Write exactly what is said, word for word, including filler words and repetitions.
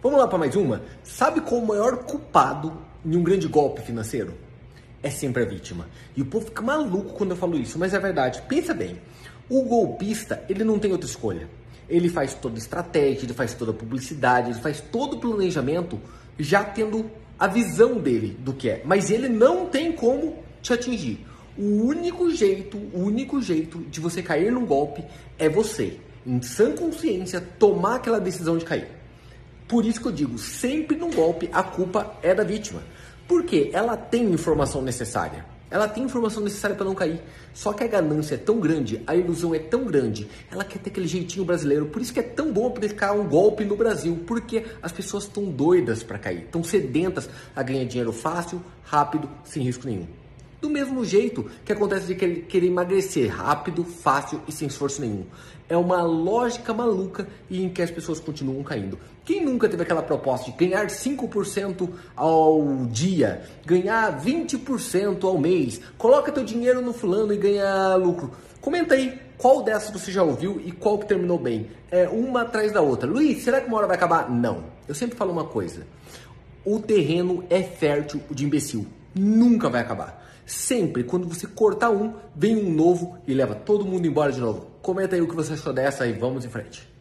Vamos lá para mais uma? Sabe qual o maior culpado em um grande golpe financeiro? É sempre a vítima. E o povo fica maluco quando eu falo isso, mas é verdade. Pensa bem, o golpista, ele não tem outra escolha. Ele faz toda a estratégia, ele faz toda a publicidade, ele faz todo o planejamento já tendo a visão dele do que é. Mas ele não tem como te atingir. O único jeito, o único jeito de você cair num golpe é você, em sã consciência, tomar aquela decisão de cair. Por isso que eu digo, sempre num golpe a culpa é da vítima. Porque ela tem informação necessária. Ela tem informação necessária para não cair. Só que a ganância é tão grande, a ilusão é tão grande, ela quer ter aquele jeitinho brasileiro. Por isso que é tão bom aplicar um golpe no Brasil. Porque as pessoas estão doidas para cair, estão sedentas a ganhar dinheiro fácil, rápido, sem risco nenhum. Do mesmo jeito que acontece de querer emagrecer rápido, fácil e sem esforço nenhum. É uma lógica maluca e em que as pessoas continuam caindo. Quem nunca teve aquela proposta de ganhar cinco por cento ao dia, ganhar vinte por cento ao mês, coloca teu dinheiro no fulano e ganha lucro? Comenta aí qual dessas você já ouviu e qual que terminou bem. É uma atrás da outra. Luiz, será que uma hora vai acabar? Não. Eu sempre falo uma coisa. O terreno é fértil de imbecil. Nunca vai acabar. Sempre, quando você cortar um, vem um novo e leva todo mundo embora de novo. Comenta aí o que você achou dessa e vamos em frente.